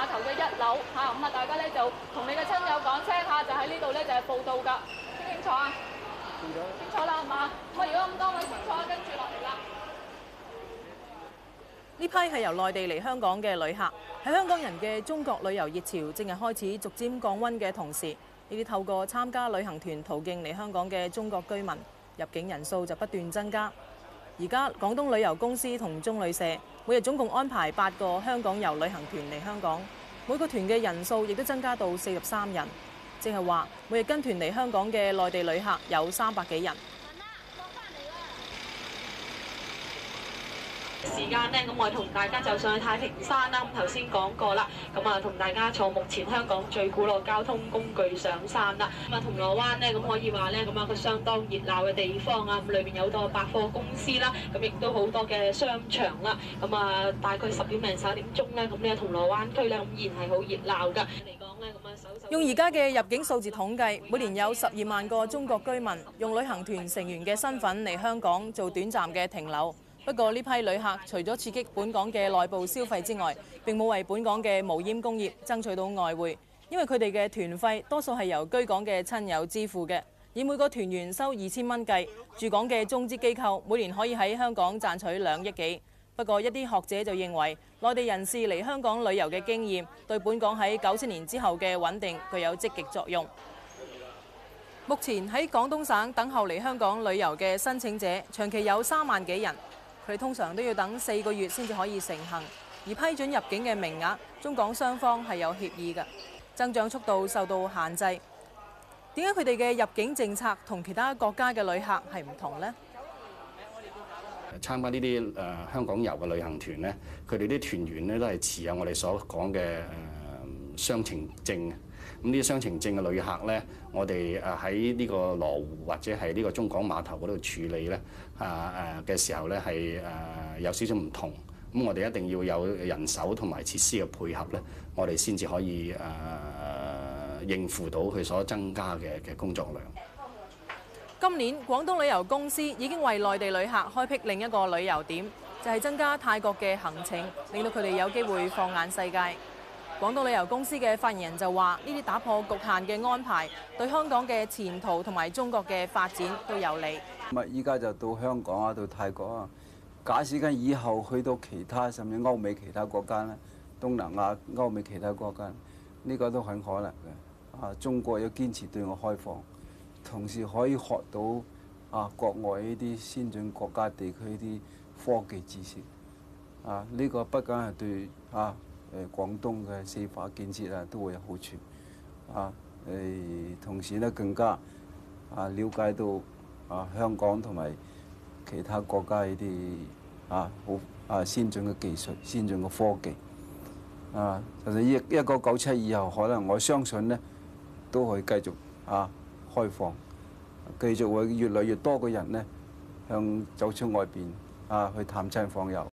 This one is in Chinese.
碼頭嘅1樓嚇，咁啊大家咧就同你嘅親友講聲嚇，就喺呢度咧就係報到㗎，清唔清楚啊？清楚啦，係嘛？咁啊，如果咁多位清楚，跟住落嚟啦。 呢批係由內地嚟香港嘅旅客，喺香港人嘅中國旅遊熱潮正係開始逐漸降溫嘅同時，呢啲透過參加旅行團途徑嚟香港嘅中國居民入境人數就不斷增加。而家廣東旅遊公司同中旅社每日總共安排8個香港遊旅行團嚟香港，每個團嘅人數亦都增加到43人，即係話每日跟團嚟香港嘅內地旅客有300幾人。 時間呢，咁我同大家就上去太平山啦。咁頭先講過啦，咁啊同大家坐目前香港最古老交通工具上山啦。咁啊銅鑼灣呢，咁可以話呢，咁啊個相當熱鬧嘅地方啊，咁裏邊有好多百貨公司啦，咁亦都好多嘅商場啦。咁啊大概10點零11點鐘呢，咁呢個銅鑼灣區呢，咁依然係好熱鬧㗎。嚟講呢，咁啊用而家嘅入境數字統計，每年有12萬個中國居民用旅行團成員嘅身份嚟香港做短暫嘅停留。不過呢批旅客除咗刺激本港嘅內部消費之外，並冇為本港嘅無煙工業爭取到外匯，因為佢哋嘅團費多數係由居港嘅親友支付嘅，以每個團員收2000蚊計，駐港嘅中資機構每年可以喺香港賺取2億幾。不過一啲學者就認為，內地人士嚟香港旅遊嘅經驗對本港喺90年之後嘅穩定具有積極作用。目前喺廣東省等候嚟香港旅遊嘅申請者長期有3萬幾人。佢哋通常都要等4個月先至可以成行，而批准入境嘅名額，中港雙方係有協議嘅，增長速度受到限制。點解佢哋嘅入境政策同其他國家嘅旅客係唔同呢？ 參加呢啲香港遊嘅旅行團咧，佢哋啲團員咧都係持有我哋所講嘅雙程證。咁呢啲雙程證嘅旅客咧，我哋喺呢個羅湖或者係呢個中港碼頭嗰度處理咧嘅時候咧係有少少唔同。咁我哋一定要有人手同埋設施嘅配合咧，我哋先至可以應付到佢所增加嘅工作量。 今年廣東旅遊公司已經為內地旅客開闢另一個旅遊點，就係增加泰國嘅行程，令到佢哋有機會放眼世界。廣東旅遊公司嘅發言人就話：呢啲打破局限嘅安排，對香港嘅前途同埋中國嘅發展都有利。 咁啊，依家就到香港啊，到泰國啊，假使緊以後去到其他甚至歐美其他國家咧，東南亞、歐美其他國家，呢個都很可能嘅。啊，中國要堅持對外開放，同時可以學到國外呢啲先進國家地區啲科技知識。呢個不僅係對廣東嘅4化建設都會有好處。同時咧更加了解到香港同埋其他國家呢啲好先進嘅技術、先進嘅科技。其實1997以後，可能我相信咧都可以繼續開放，繼續會越來越多嘅人咧向走出外邊去探親訪友。